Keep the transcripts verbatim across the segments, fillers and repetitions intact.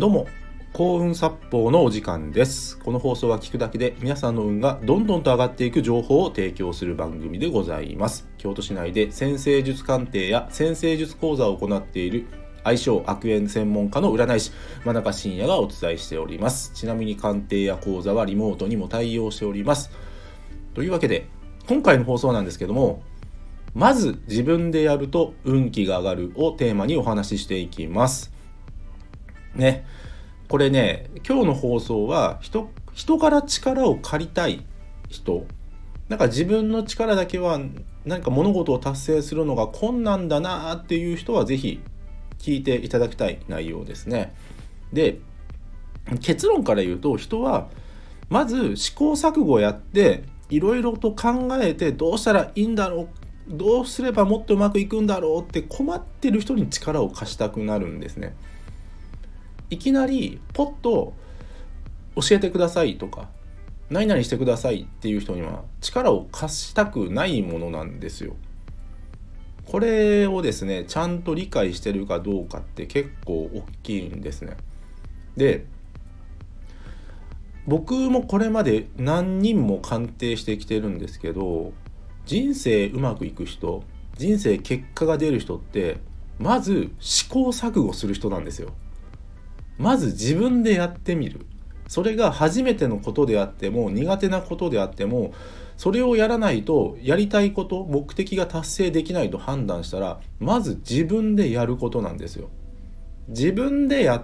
どうも、幸運殺法のお時間です。この放送は聞くだけで皆さんの運がどんどんと上がっていく情報を提供する番組でございます。京都市内で占星術鑑定や占星術講座を行っている相性悪縁専門家の占い師真中信也がお伝えしております。ちなみに鑑定や講座はリモートにも対応しております。というわけで今回の放送なんですけども、まず自分でやると運気が上がるをテーマにお話ししていきますね。これね、今日の放送は 人, 人から力を借りたい人、なんか自分の力だけは何か物事を達成するのが困難だなっていう人はぜひ聞いていただきたい内容ですね。で、結論から言うと、人はまず試行錯誤をやっていろいろと考えて、どうしたらいいんだろう、どうすればもっとうまくいくんだろうって困ってる人に力を貸したくなるんですね。いきなりポッと教えてくださいとか何々してくださいっていう人には力を貸したくないものなんですよ。これをですね、ちゃんと理解してるかどうかって結構大きいんですね。で、僕もこれまで何人も鑑定してきてるんですけど、人生うまくいく人、人生結果が出る人ってまず試行錯誤する人なんですよ。まず自分でやってみる。それが初めてのことであっても苦手なことであっても、それをやらないとやりたいこと、目的が達成できないと判断したら、まず自分でやることなんですよ。自分でやって、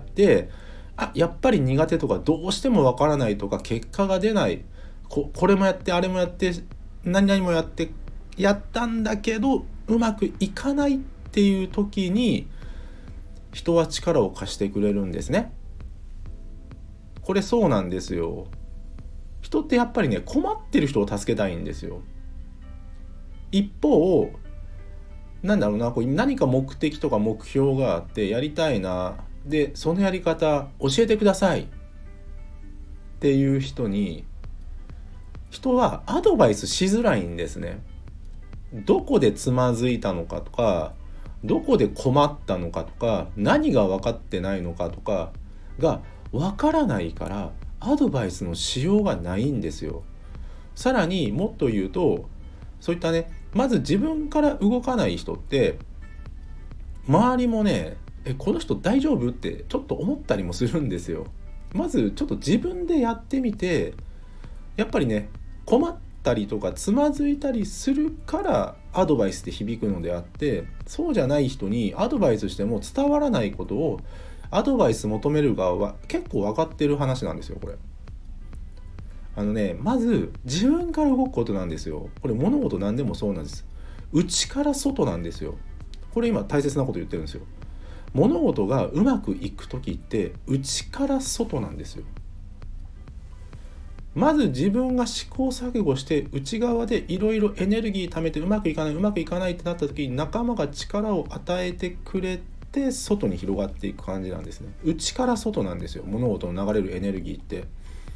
あ、やっぱり苦手とかどうしてもわからないとか結果が出ない、 こ, これもやってあれもやって何々もやってやったんだけどうまくいかないっていう時に人は力を貸してくれるんですね。これそうなんですよ。人ってやっぱりね、困ってる人を助けたいんですよ。一方、なんだろうな、こう何か目的とか目標があってやりたいな、でそのやり方教えてくださいっていう人に、人はアドバイスしづらいんですね。どこでつまずいたのかとか、どこで困ったのかとか、何が分かってないのかとかが分からないからアドバイスのしようがないんですよ。さらにもっと言うと、そういったね、まず自分から動かない人って周りもね、えこの人大丈夫ってちょっと思ったりもするんですよ。まずちょっと自分でやってみて、やっぱりね、困ったりとかつまずいたりするからアドバイスって響くのであって、そうじゃない人にアドバイスしても伝わらないことをアドバイス求める側は結構分かってる話なんですよ。これあのね、まず自分から動くことなんですよ。これ物事何でもそうなんです。内から外なんですよ。これ今大切なこと言ってるんですよ。物事がうまくいく時って内から外なんですよ。まず自分が試行錯誤して内側でいろいろエネルギー貯めてうまくいかないうまくいかないってなった時に、仲間が力を与えてくれて外に広がっていく感じなんですね。内から外なんですよ、物事の流れるエネルギーって。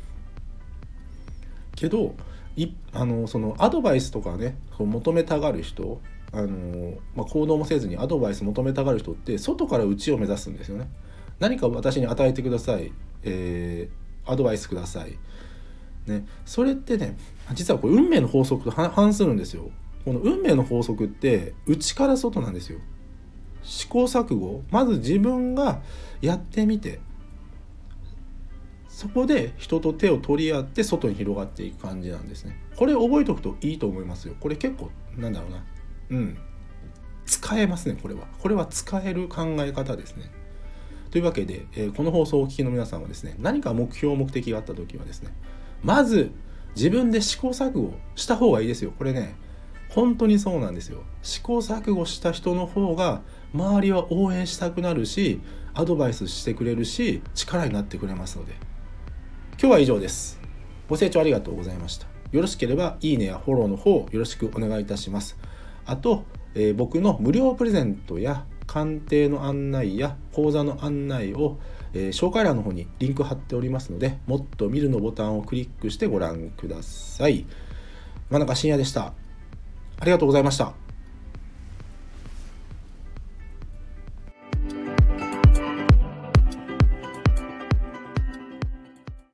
けどいあのそのアドバイスとかね、求めたがる人、あの、まあ、行動もせずにアドバイス求めたがる人って外から内を目指すんですよね。何か私に与えてください、えー、アドバイスくださいね、それってね、実はこれ運命の法則と反するんですよ。この運命の法則って内から外なんですよ。試行錯誤、まず自分がやってみて、そこで人と手を取り合って外に広がっていく感じなんですね。これ覚えておくといいと思いますよ。これ結構なんだろうな、うん使えますね。これはこれは使える考え方ですね。というわけで、えー、この放送をお聞きの皆さんはですね、何か目標目的があった時はですね、まず自分で試行錯誤した方がいいですよ。これね、本当にそうなんですよ。試行錯誤した人の方が周りは応援したくなるし、アドバイスしてくれるし、力になってくれますので。今日は以上です。ご清聴ありがとうございました。よろしければいいねやフォローの方よろしくお願いいたします。あと、えー、僕の無料プレゼントや鑑定の案内や講座の案内を、えー、紹介欄の方にリンク貼っておりますので、もっと見るのボタンをクリックしてご覧ください。真中信也でした。ありがとうございました。